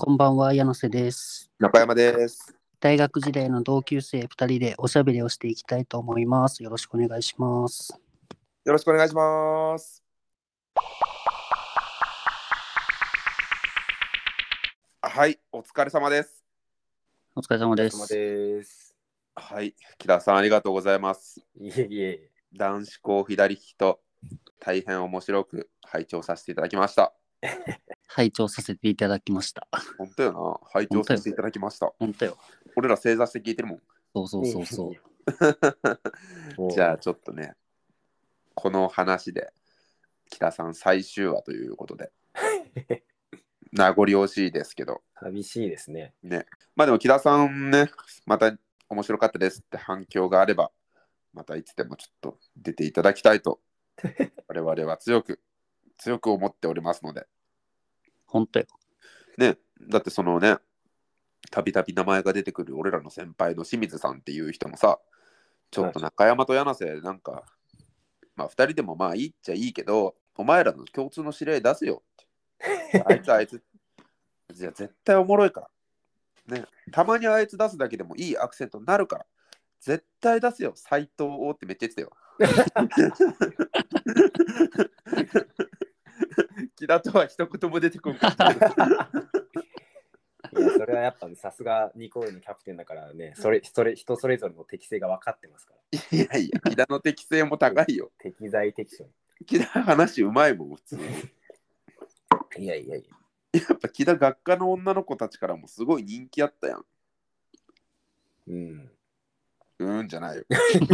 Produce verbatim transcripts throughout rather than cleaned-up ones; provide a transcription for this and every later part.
こんばんは、柳瀬です。 中山です。 大学時代の同級生ふたりでおしゃべりをしていきたいと思います。よろしくお願いします。 よろしくお願いします。はい、お疲れ様です。 お疲れ様でお疲れ様す。 です。 はい、木田さんありがとうございます。 いえいえ。 男子校左利きと大変面白く拝聴させていただきました。 拝聴させていただきました。 本当よな、拝聴させていただきました。 本当よ。 俺ら正座して聞いてるもん。 そうそうそうそう。 じゃあちょっとね、この話で木田さん最終話ということで名残惜しいですけど寂しいですね。 ね。まあでも木田さんね、また面白かったですって反響があれば、またいつでもちょっと出ていただきたいと我々は強く強く思っておりますので。 本当よ。 ね、だってそのね、たびたび名前が出てくる俺らの先輩の清水さんっていう人もさ、ちょっと中山と柳瀬なんか、まあふたりでもまあいいっちゃいいけど、お前らの共通の指令出すよって。あいつあいつ。じゃあ絶対おもろいから。ね、たまにあいつ出すだけでもいいアクセントになるから。絶対出すよ、斎藤をってめっちゃ言ってたよ。木田とは一言も出てこんかった。 いや、それはやっぱさすがニコールのキャプテンだからね、それそれ人それぞれの適性が分かってますから。 いやいや、木田の適性も高いよ。 適材適所。 木田話うまいもん、普通に。 いやいやいやっぱ木田学科の女の子たちからもすごい人気あったやん。 うん。 うーんじゃないよ。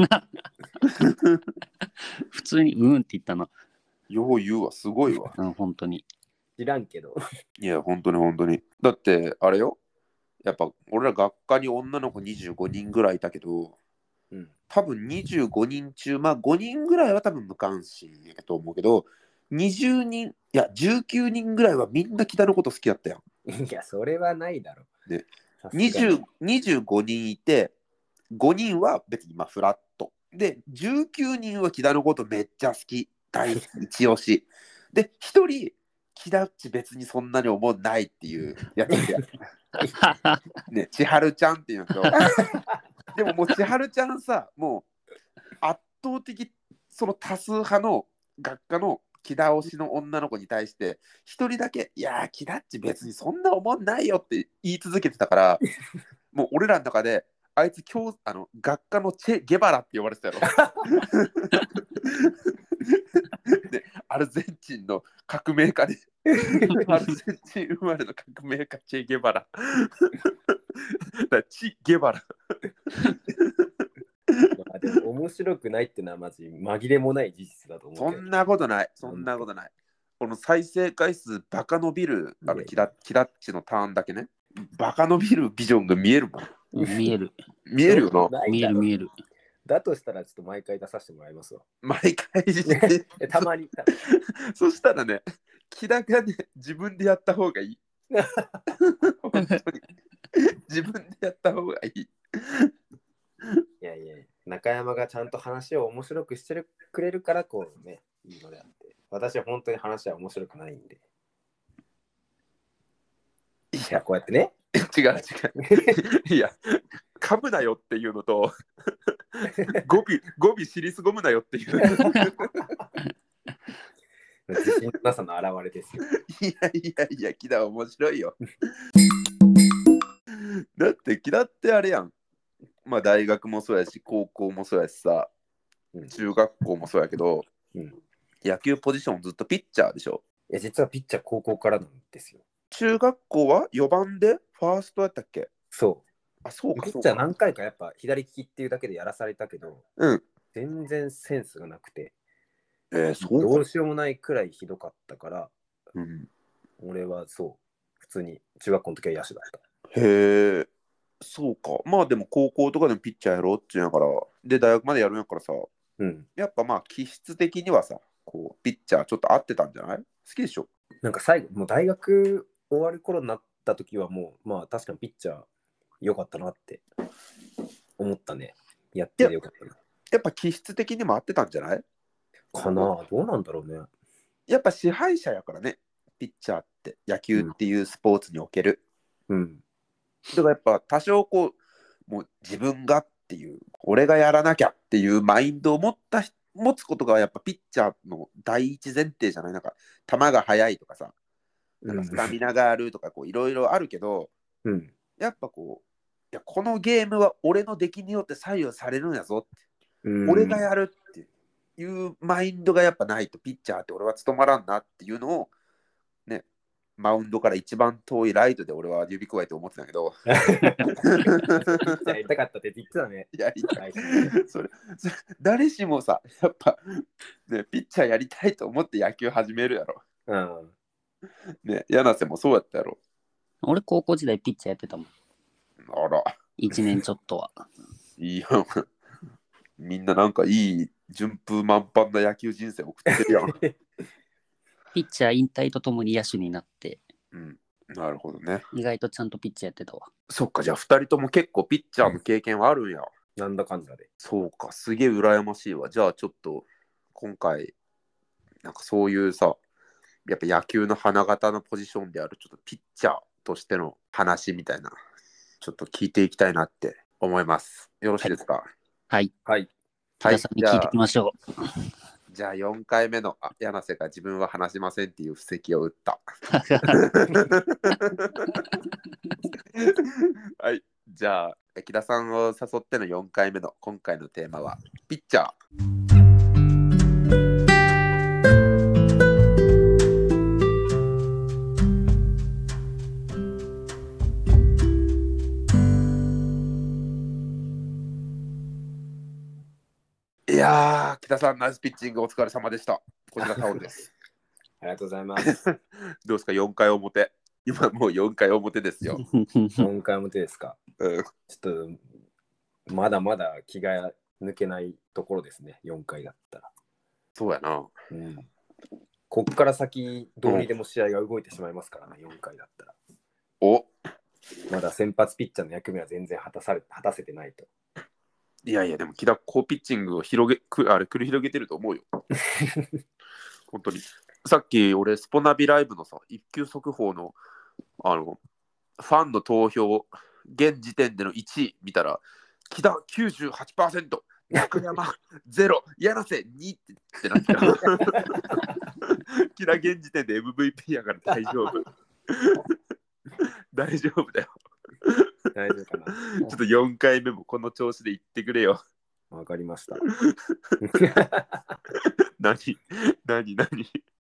普通にうんって言ったな。 よう言うわ、すごいわ。 うん、本当に。 知らんけど。 いや、本当に本当に。だって、あれよ。やっぱ俺ら学科に女の子にじゅうごにんぐらいいたけど、 うん、 多分にじゅうごにん中、まあごにんぐらいは多分無関心やと思うけど、にじゅうにん、いや、じゅうきゅうにんぐらいはみんな北のこと好きだったやん。いや、それはないだろ。 ね、にじゅう、にじゅうごにんいて、ごにんは別にまあフラット。で、じゅうきゅうにんは木田のことめっちゃ好き。大好き、一押し。で、ひとり、木田っち別にそんなに思んないっていうやつや。ね、千春ちゃんっていうのと。でももう千春ちゃんさ、もう圧倒的その多数派の学科の木田推しの女の子に対して一人だけ、いやー木田っち別にそんな思んないよって言い続けてたから、もう俺らの中であいつ今日あの学科のチェ・ゲバラって呼ばれてたやろ。でアルゼンチンの革命家でアルゼンチン生まれの革命家チェ・ゲバラ。だチ・ゲバラ。 まあでも面白くないってのはマジ紛れもない事実だと思う。 そんなことない、そんなことない。この再生回数バカ伸びる、あのキラキラッチのターンだけね、バカ伸びるビジョンが見えるもん。 見える。 見えるよな。 見える見える。 だとしたらちょっと毎回出させてもらいますわ。 毎回たまに。 そしたらね、木田がね、自分でやった方がいい。本当に。自分でやった方がいい。 いやいや、中山がちゃんと話を面白くしてるくれるからこうね、いいのであって。私は本当に話は面白くないんで。 いや、 こうやってね。 違う違う。いや、噛むなよっていうのと、語尾、語尾尻すごむなよっていう。 自信のなさの表れですよ。 いやいやいや、木田面白いよ。だって木田ってあれやん。まあ大学もそうやし、高校もそうやしさ、 うん、 中学校もそうやけど、 うん、 野球ポジションずっとピッチャーでしょ。 いや、実はピッチャー高校からなんですよ。 中学校はよばんでファーストやったっけ？ そう。 あ、そうか。 ピッチャー何回かやっぱ左利きっていうだけでやらされたけど、 うん。 全然センスがなくて、 えー、そうどうしようもないくらいひどかったから、 うん、 俺はそう、普通に中学校の時は野手だった。 へえ、そうか。まあでも高校とかでもピッチャーやろうって言うんやから、で、大学までやるんやからさ、 うん、 やっぱまあ気質的にはさ、こうピッチャーちょっと合ってたんじゃない？好きでしょ？ なんか最後、もう大学終わる頃になった時はもう、まあ確かにピッチャー良かったなって思ったね。やっててよかったな。 やっぱ気質的にも合ってたんじゃない？ かなあ、どうなんだろうね。 やっぱ支配者やからね、ピッチャーって野球っていうスポーツにおける、 うん。 だからやっぱ多少こう、もう自分がっていう、俺がやらなきゃっていうマインドを持った人持つことがやっぱピッチャーの第一前提じゃない。なんか球が速いとかさ、なんかスタミナがあるとかこういろいろあるけど、 うん。 やっぱこう、いやこのゲームは俺の出来によって左右されるんやぞって、 うん、 俺がやるっていうマインドがやっぱないとピッチャーって俺は務まらんなっていうのをね、マウンドから一番遠いライトで俺は指くわえて思ってたけどやりたかったって言ってたね。 やりたいそれそれ誰しもさ、やっぱ、ね、ピッチャーやりたいと思って野球始めるやろ。 うん。 ね、柳瀬もそうやったやろ。 俺高校時代ピッチャーやってたもん。 あら、 いちねんちょっとは。 いいよ。みんななんかいい順風満帆な野球人生送ってるやん。 ピッチャー引退とともに野手になって、 うん、なるほどね。 意外とちゃんとピッチャーやってたわ。 そっか、じゃあふたりとも結構ピッチャーの経験はあるんや。 なんだかんだで。 そうか、すげえ羨ましいわ。じゃあちょっと今回、なんかそういうさ、やっぱ野球の花形のポジションであるちょっとピッチャーとしての話みたいな、ちょっと聞いていきたいなって思います。よろしいですか？ はい。 はい。 皆さんに聞いていきましょう。 じゃあよんかいめのあ柳瀬が自分は話しませんっていう布石を打った。はい。じゃあ木田さんを誘ってのよんかいめの今回のテーマはピッチャー。いやー、木田さん、ナイスピッチングお疲れ様でした。こちらタオルです。 ありがとうございます。 どうですか、よんかい表。今もうよんかい表ですよ。 よんかい表ですか。 うん、 ちょっと、まだまだ気が抜けないところですね、よんかいだったら。 そうやな。 うん。こっから先、どうにでも試合が動いてしまいますからね、よんかいだったら。 おまだ先発ピッチャーの役目は全然果たされ果たせてないと。 いやいや、でも木田、こうピッチングを広げくあれ繰り広げてると思うよ。本当に。さっき俺、スポナビライブのさ、一球速報のあのファンの投票、現時点でのいちい見たら、木田 きゅうじゅうはちパーセント、中山ゼロ、柳瀬にってってなってた。木田現時点で エムブイピー やから大丈夫。大丈夫だよ。 大丈夫かな。 ちょっとよんかいめもこの調子で行ってくれよ。 わかりました。 何何何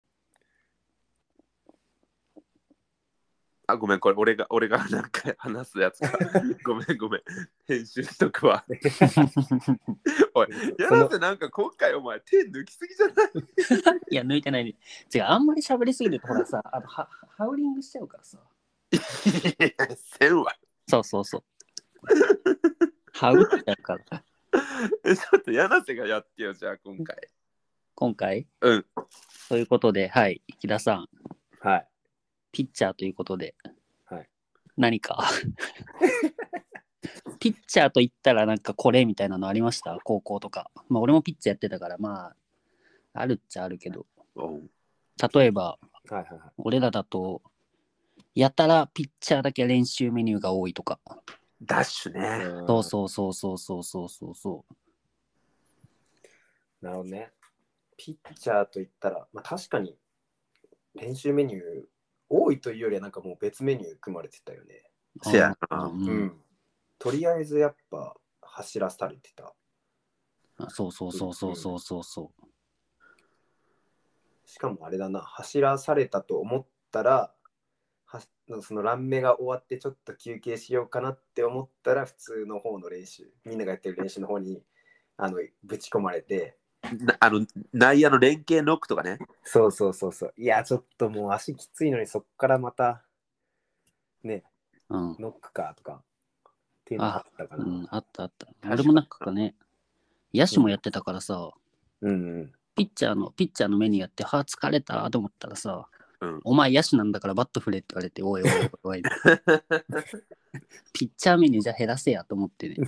あ、ごめん、これ俺が俺がなんか話すやつか。ごめんごめん。編集しとくわ。おい、柳瀬なんか今回お前手抜きすぎじゃない？ いや、抜いてないね。違う、あんまり喋りすぎると、ほらさ、あのハハウリングしちゃうからさ。 せんわ。 そうそうそう。ハウっちゃうから。 えちょっと柳瀬がやってよ、じゃあ今回。 今回うん。 ということで、はい、木田さん、 はい。 ピッチャーということで、 はい。 何かピッチャーと言ったらなんかこれみたいなのありました？高校とか。まあ俺もピッチャーやってたから、まあ、あるっちゃあるけど、 うん例えば、 はいはいはい。 俺らだと、やたらピッチャーだけ練習メニューが多いとか。 ダッシュね。 そうそうそうそうそうそうそうそう。 なるほどね。ピッチャーといったら、まあ、確かに練習メニュー多いというよりはなんかもう別メニュー組まれてたよね。 せやな。 ううんん。とりあえずやっぱ走らされてた。 あそうそうそうそうそうそうそしかもあれだな、走らされたと思ったら、はそのラン目が終わってちょっと休憩しようかなって思ったら普通の方の練習、みんながやってる練習の方にあのぶち込まれて、 なあの内野の連携ノックとかね。 そうそうそうそう。いや、ちょっともう足きついのにそっからまた、ね、 う。うん。 ノックかとかっていうのがあったかな。 うん、あったあった。 かに俺もなんかね、野手もやってたからさ、 うんうん。 ピッチャーの、ピッチャーの目にやって、はあ、疲れたと思ったらさ、 うん、 お前野手なんだからバット振れって言われて、おいおいおいおい。ピッチャーメニューじゃ減らせやと思ってね。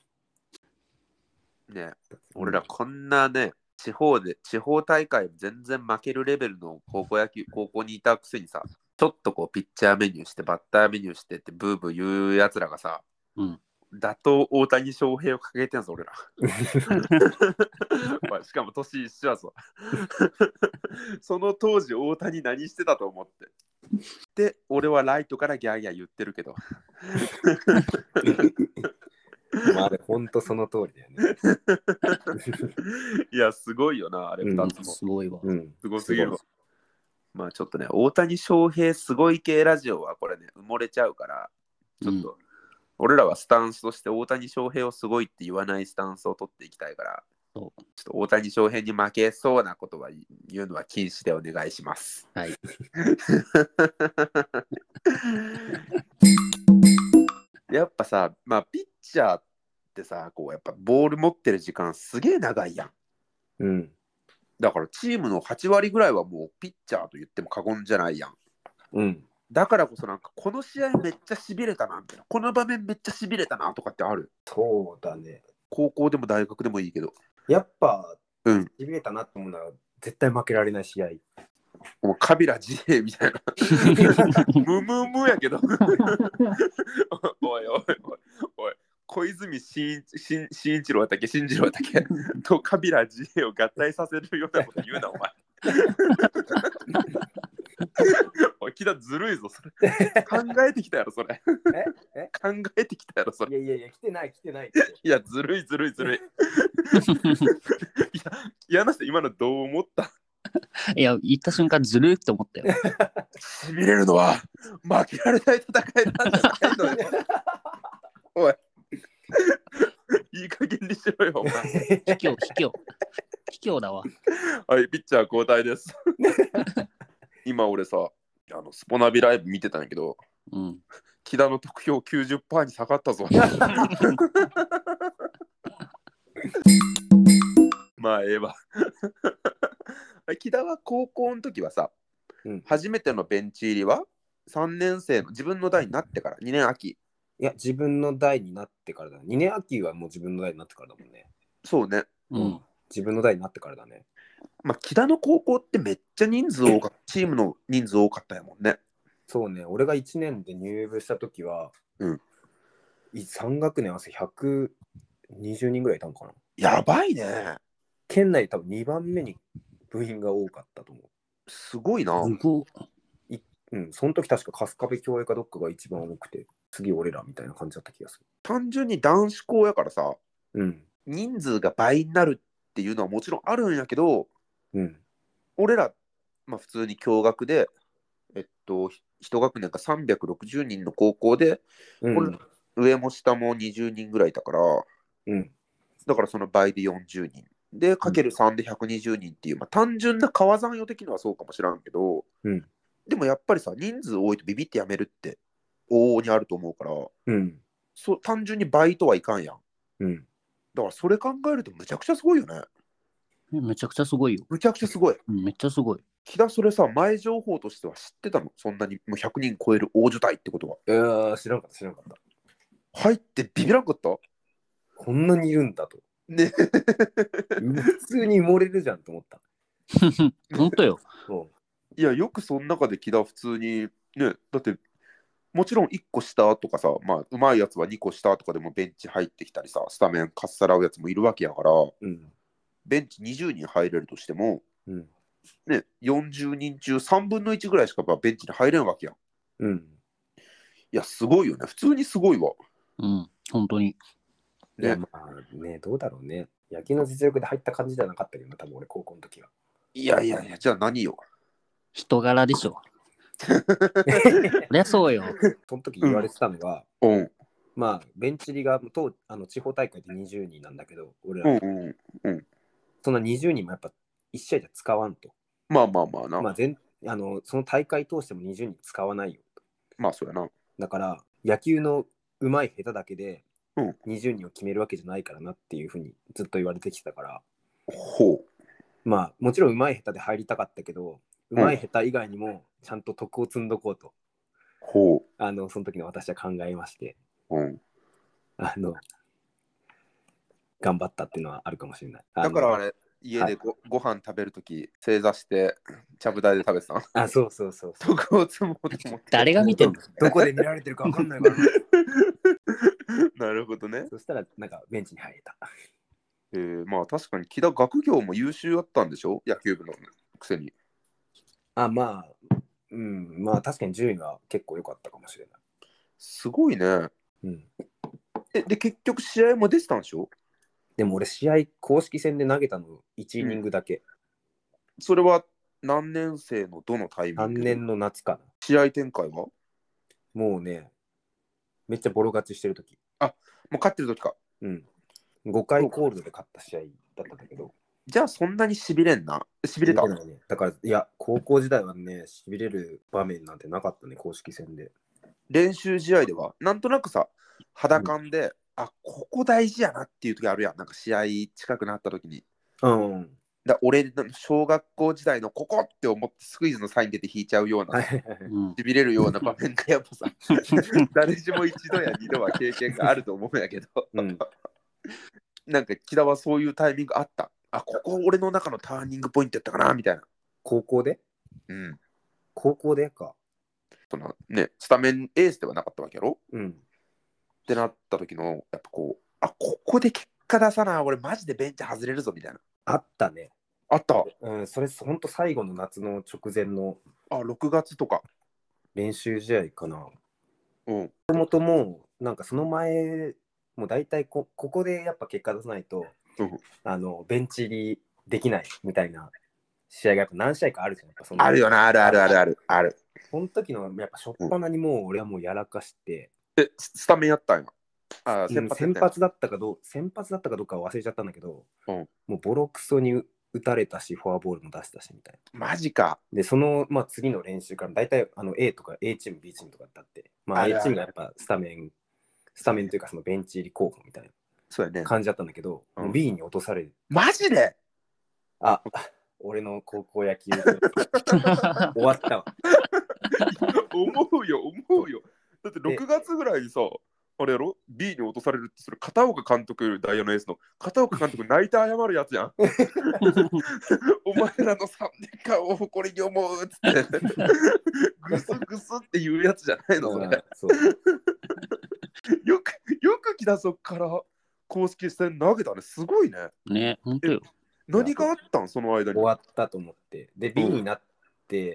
ね、俺らこんなね、地方で、地方大会全然負けるレベルの高校野球、高校にいたくせにさ、 ちょっとこうピッチャーメニューしてバッターメニューしてってブーブー言うやつらがさ、 うん。 打倒大谷翔平を掲げてんぞ俺ら。しかも年一緒やぞ。その当時大谷何してたと思って。で俺はライトからギャーギャー言ってるけど。 まあ、ほんとその通りだよね。 いや、すごいよな、あれふたつも。 すごいわ。 うん、 すごすぎるわ。まあちょっとね、大谷翔平すごい系ラジオはこれね、埋もれちゃうから、ちょっと、俺らはスタンスとして大谷翔平をすごいって言わないスタンスを取っていきたいから、 そうちょっと大谷翔平に負けそうなことは言うのは禁止でお願いします。 はい。 やっぱさ、まあピッチャーってさ、こうやっぱボール持ってる時間すげえ長いやん。 うん。 だからチームのはち割ぐらいはもうピッチャーと言っても過言じゃないやん。 うん。 だからこそなんかこの試合めっちゃしびれたなみたいな、この場面めっちゃしびれたなとかってある？ そうだね。 高校でも大学でもいいけど。 やっぱ、 うん。 しびれたなと思うのは絶対負けられない試合。 もうカビラ自衛みたいな。ムムムやけど。おいおいおいおい。小泉進一郎だっけ進次郎だっけとカビラ自衛を合体させるようなこと言うなお前。おい、木田ずるいぞそれ。考えてきたやろそれ。 ええ考えてきたやろそれ。 いやいやいや、来てない来てない。 いや、ずるいずるいずるい。いや、嫌な人今のどう思った？ いや、言った瞬間ずるいって思ったよ。 しびれるのは負けられない戦いなんじゃないのよ。おい。いい加減にしろよ、お前。 卑怯、卑怯。卑怯だわ。 はい、ピッチャー交代です。今俺さ、あのスポナビライブ見てたんやけど、 うん、 木田の得票 きゅうじゅっパーセント に下がったぞ。まあええわ。木田は高校の時はさ、うん、初めてのベンチ入りはさんねん生の自分の代になってからにねん秋。 いや、自分の代になってからだ。にねん秋はもう自分の代になってからだもんね。 そうね。 うん。 自分の代になってからだね。 まあ、木田の高校ってめっちゃ人数多かった。チームの人数多かったやもんね。 そうね。俺がいちねんで入部した時は、 うん、 さん学年合わせひゃくにじゅうにんぐらいいたのかな。 やばいね。 県内多分にばんめに部員が多かったと思う。 すごいな。 すごいうん、その時確か春日部共栄かどっかが一番多くて、次俺らみたいな感じだった気がする。 単純に男子校やからさ、 うん、 人数が倍になるっていうのはもちろんあるんやけど、 うん、 俺ら、まあ、普通に共学で、えっと、一学年がさんびゃくろくじゅうにんの高校で、うん、上も下もにじゅうにんぐらいいたから、 うん、 だからその倍でよんじゅうにん。で、かけるさんでひゃくにじゅうにんっていう、まあ、単純な川算用的にはそうかもしらんけど、 うん、 でもやっぱりさ、人数多いとビビってやめるって往々にあると思うから、 うん、 そ単純に倍とはいかんやん。 うん、 だからそれ考えるとむちゃくちゃすごいよね。 めちゃくちゃすごいよ。 むちゃくちゃすごい。 めっちゃすごい。 木田それさ、前情報としては知ってたの？そんなにもうひゃくにん超える大所帯ってことは。 いや知らんかった知らんかった。 入ってビビらんかった？ こんなにいるんだと。 ね。 普通に埋もれるじゃんと思った。 本当よ。 いや、よくその中で木田普通にね、だってもちろんいっこ下とかさ、まあうまいやつはにこ下とかでもベンチ入ってきたりさ、スタメンかっさらうやつもいるわけやから、うん、ベンチにじゅうにん入れるとしても、うんね、よんじゅうにん中さんぶんのいちぐらいしかベンチに入れんわけやん。うん。いや、すごいよね。普通にすごいわ。 うん、本当に。 ね、いや、まあね、どうだろうね。野球の実力で入った感じじゃなかったけど、多分俺高校の時は。 いやいやいや、じゃあ何よ。 人柄でしょ。そりゃそうよ。 その時言われてたのが、 うん、 まあ、ベンチ入りが当あの地方大会でにじゅうにんなんだけど、俺ら、うんうんうん、そんなにじゅうにんもやっぱいち試合じゃ使わんと。 まあまあまあな。 まあ、全あのその大会通してもにじゅうにん使わないよと。 まあそうやな。 だから野球のうまい下手だけでにじゅうにんを決めるわけじゃないからなっていうふうにずっと言われてきてたから。 ほう。 まあもちろんうまい下手で入りたかったけど、うまい下手以外にもちゃんと徳を積んどこうと。 ほう。 あのその時の私は考えまして、 うん、 あの頑張ったっていうのはあるかもしれない。 だからあれ、 家で ご,、はい、ご飯食べるとき正座してちゃぶ台で食べてたの。 あ、そうそうそうそう。 そこを積もうと思って。 誰が見てんの？ どこで見られてるか分かんないからな。 なるほどね。 そしたらなんかベンチに入れた。 えー、まあ確かに木田学業も優秀だったんでしょ、野球部のくせに。 あ、まあ、うん、まあ確かに順位は結構良かったかもしれない。 すごいね。 うん。 え、で、結局試合も出てたんでしょ？ でも俺試合公式戦で投げたのいちイニングだけ。 うん、それは何年生のどのタイミング？ さんねんの夏かな。 試合展開は？ もうね、めっちゃボロ勝ちしてるとき。 あ、もう勝ってるときか。 うん。ごかいコールドで勝った試合だったんだけど。 じゃあそんなにしびれんな。しびれた。 ね、だから、いや、高校時代はね、しびれる場面なんてなかったね、公式戦で。 練習試合では、なんとなくさ、肌感で、うん、あ、ここ大事やなっていう時あるやん。なんか試合近くなった時に。 うん。 だ俺の小学校時代のここって思ってスクイズのサイン出て引いちゃうような、しびれるような場面がやっぱさ、誰しも一度や二度は経験があると思うんやけど、うん、なんか木田はそういうタイミングあった。あ、ここ俺の中のターニングポイントやったかなみたいな。 高校で？ うん。 高校でか。 そのね、スタメンエースではなかったわけやろ？ うん。 ってなった時の、やっぱこう、あ、ここで結果出さな、俺マジでベンチ外れるぞみたいな。 あったね。 あった。 うん、それほんと最後の夏の直前の。 あ、ろくがつとか。 練習試合かな。 うん。もともともう、なんかその前、もう大体 こ, ここでやっぱ結果出さないと、うん、あのベンチ入りできないみたいな試合がやっぱ何試合かあるじゃん。やっぱそのあるよな、あるあるあるあるある。 その時のやっぱ初っ端にもう俺はもうやらかして、 うん、え、スタメンやったんや。あ、 先発、先発だったかどう先発だったかどうか忘れちゃったんだけど、うん、もうボロクソに打たれたし、フォアボールも出したしみたいな。マジか。 で、その、まあ、次の練習から大体あの A とか A チーム、B チームとかだって、まあ、A チームがやっぱスタメン、スタメンというかそのベンチ入り候補みたいな感じだったんだけど、うん、B に落とされる。 マジで？ あ、俺の高校野球終わったわ。 思うよ、思うよ。だってろくがつぐらいにさ、あれやろ ?B に落とされるってそれ片岡監督ダイヤのエースの片岡監督泣いて謝るやつやん。お前らのさんねんかんを誇りに思うっつってグスグスっていうやつじゃないのそれ。そうよくよく木田そっから公式戦投げたね。すごいね。 ね、本当よ。 何があったんその間に。 終わったと思って。で、B になって、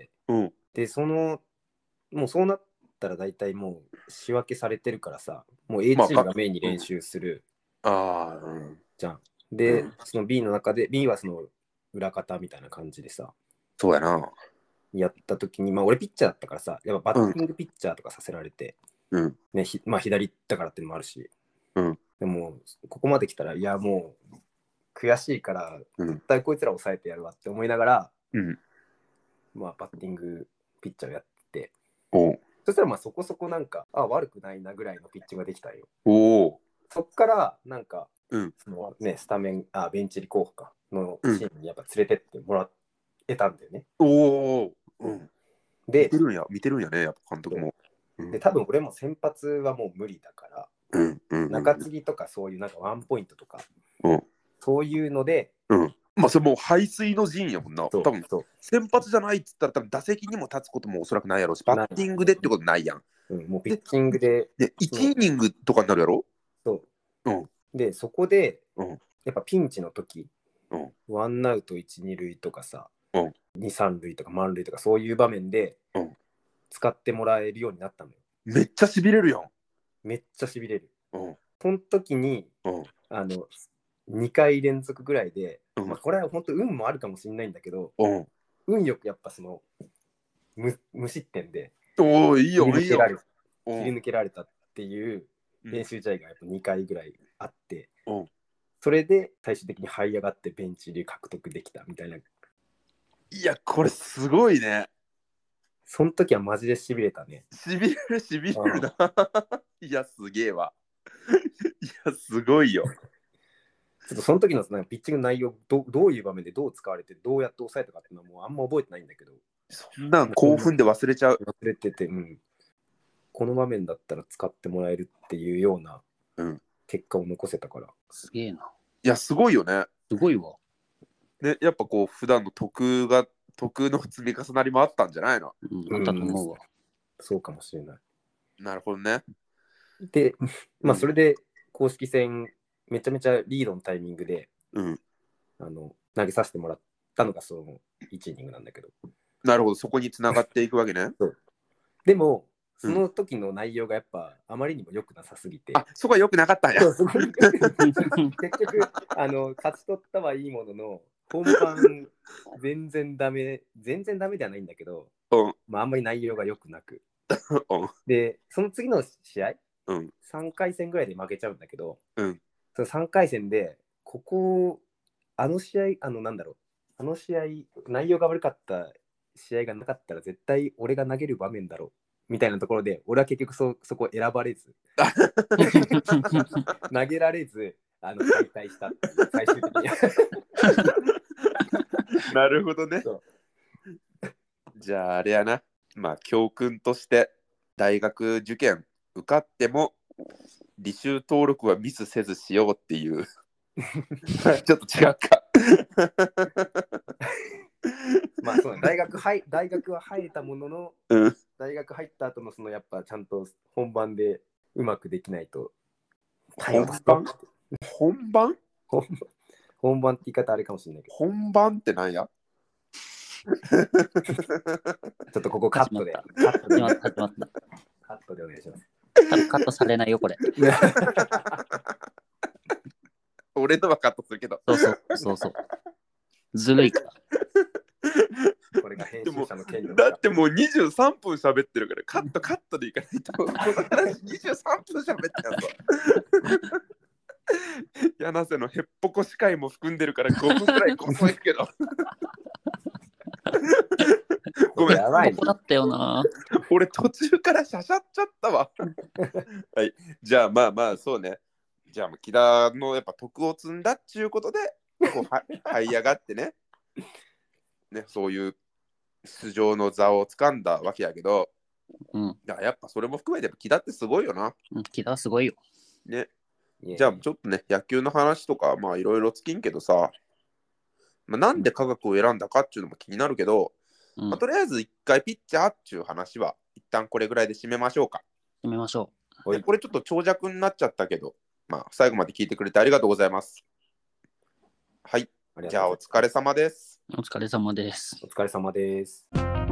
うん、で、その、もうそうなったら大体もう仕分けされてるからさ、もう A チームがメインに練習する。 まあ、ああ、うん。 じゃん。で、うん、その B の中で、B はその裏方みたいな感じでさ、 そうやな。 やった時に、まあ俺ピッチャーだったからさ、やっぱバッティングピッチャーとかさせられて、うんね、ひまあ左だからっていうのもあるし、うん、でもここまで来たら、いやもう悔しいから、絶対こいつら抑えてやるわって思いながら、うん、まあバッティングピッチャーをやってて、おそしたらまあそこそこなんか、あ、悪くないなぐらいのピッチングができたよ。おそっからなんか、うん、そのね、スタメン、あ、ベンチ入り候補かのチームにやっぱ連れてってもらえたんだよね。 おお、うん、で、見てるんや、見てるんやね、やっぱ監督も。 で、多分俺も先発はもう無理だから、うんうんうん、中継ぎとかそういうなんかワンポイントとか、うん、そういうので、 うん、まあそれもう排水の陣やもんな。多分先発じゃないっつったら多分打席にも立つこともおそらくないやろうし、バッティングでってことないやん。 うん、もうピッチングで。 で、いちイニングとかになるやろ？ そう。うん、で、そこで、うん、やっぱピンチの時、うん、ワンアウトいち、に塁とかさ、うん、に、さん塁とか満塁とかそういう場面で、うん使ってもらえるようになったのよ。 めっちゃしびれるやん。 めっちゃしびれる。うん、その時に、うん、あのにかい連続ぐらいで、うんまあ、これは本当運もあるかもしれないんだけど、うん、運よくやっぱその 無, 無失点でおいいよ切り抜けられた、切り抜けられたっていう練習試合がやっぱにかいぐらいあって、うん、それで最終的に這い上がってベンチで獲得できたみたいな。 いやこれすごいね。 その時はマジでしびれたね。 しびれるしびれるな。いやすげえわ。いやすごいよ。 ちょっとその時のなんかピッチングの内容ど、どういう場面でどう使われてどうやって抑えたかっていうのはもうあんま覚えてないんだけど。 そんなん興奮で忘れちゃう。 忘れてて、うん。この場面だったら使ってもらえるっていうような結果を残せたから。 すげえな。 いやすごいよね。 すごいわ。 ね、やっぱこう普段の得が得の積み重なりもあったんじゃないの？ うん、あったと思うわ。 そうかもしれない。 なるほどね。 で、まあうんそれで公式戦めちゃめちゃリードのタイミングでうん。 あの投げさせてもらったのがそのいちイニングなんだけど。 なるほど、そこに繋がっていくわけね。 でも、 うんその時の内容がやっぱあまりにも良くなさすぎて、 あ、そこは良くなかったんや。 そうそこに結局あの勝ち取ったはいいものの本番全然ダメ全然ダメではないんだけど、 うんまあ、あんまり内容が良くなくうんでその次の試合うんさんかい戦ぐらいで負けちゃうんだけど、 うんそのさんかい戦でここあの試合あのなんだろうあの試合内容が悪かった試合がなかったら絶対俺が投げる場面だろうみたいなところで俺は結局 そ, そこ選ばれず投げられずあの敗退した最終的になるほどねそう。 じゃああれやな、まあ教訓として大学受験受かっても履修登録はミスせずしようっていうちょっと違うかまあそうね大学はい大学は入れたものの、 うん、 大学入った後のそのやっぱちゃんと本番でうまくできないと本番本番本本番って言い方あれかもしれないけど本番ってなんやちょっとここカットでカットで始まった始まったカットでお願いします多分カットされないよこれ。 俺のはカットするけどそうそうそうそう。ずるいから。 これが編集者の権利だってもうにじゅうさんぷん喋ってるからカットカットでいかないとこの話にじゅうさんぷん喋ってやんぞ柳瀬のへっぽこ司会も含んでるからごふんくらいこそいけどごめんやばいここだったよな。 俺途中からしゃしゃっちゃったわはいじゃあまあまあそうねじゃあ木田のやっぱ徳を積んだっちゅうことでこうは這い上がってねねそういう出場の座を掴んだわけやけど、 うん。 だからやっぱそれも含めて木田ってすごいよなうん木田はすごいよ。 ねいやじゃあちょっとね野球の話とかまあいろいろ尽きんけどさ、まあ、なんで科学を選んだかっていうのも気になるけど、 うん。 まあ、とりあえず一回ピッチャーっていう話は一旦これぐらいで締めましょうか。 決めましょはいでこれちょっと長尺になっちゃったけど、まあ、最後まで聞いてくれてありがとうございます。はい、じゃあお疲れ様です。 う。お疲れ様です。 お疲れ様です。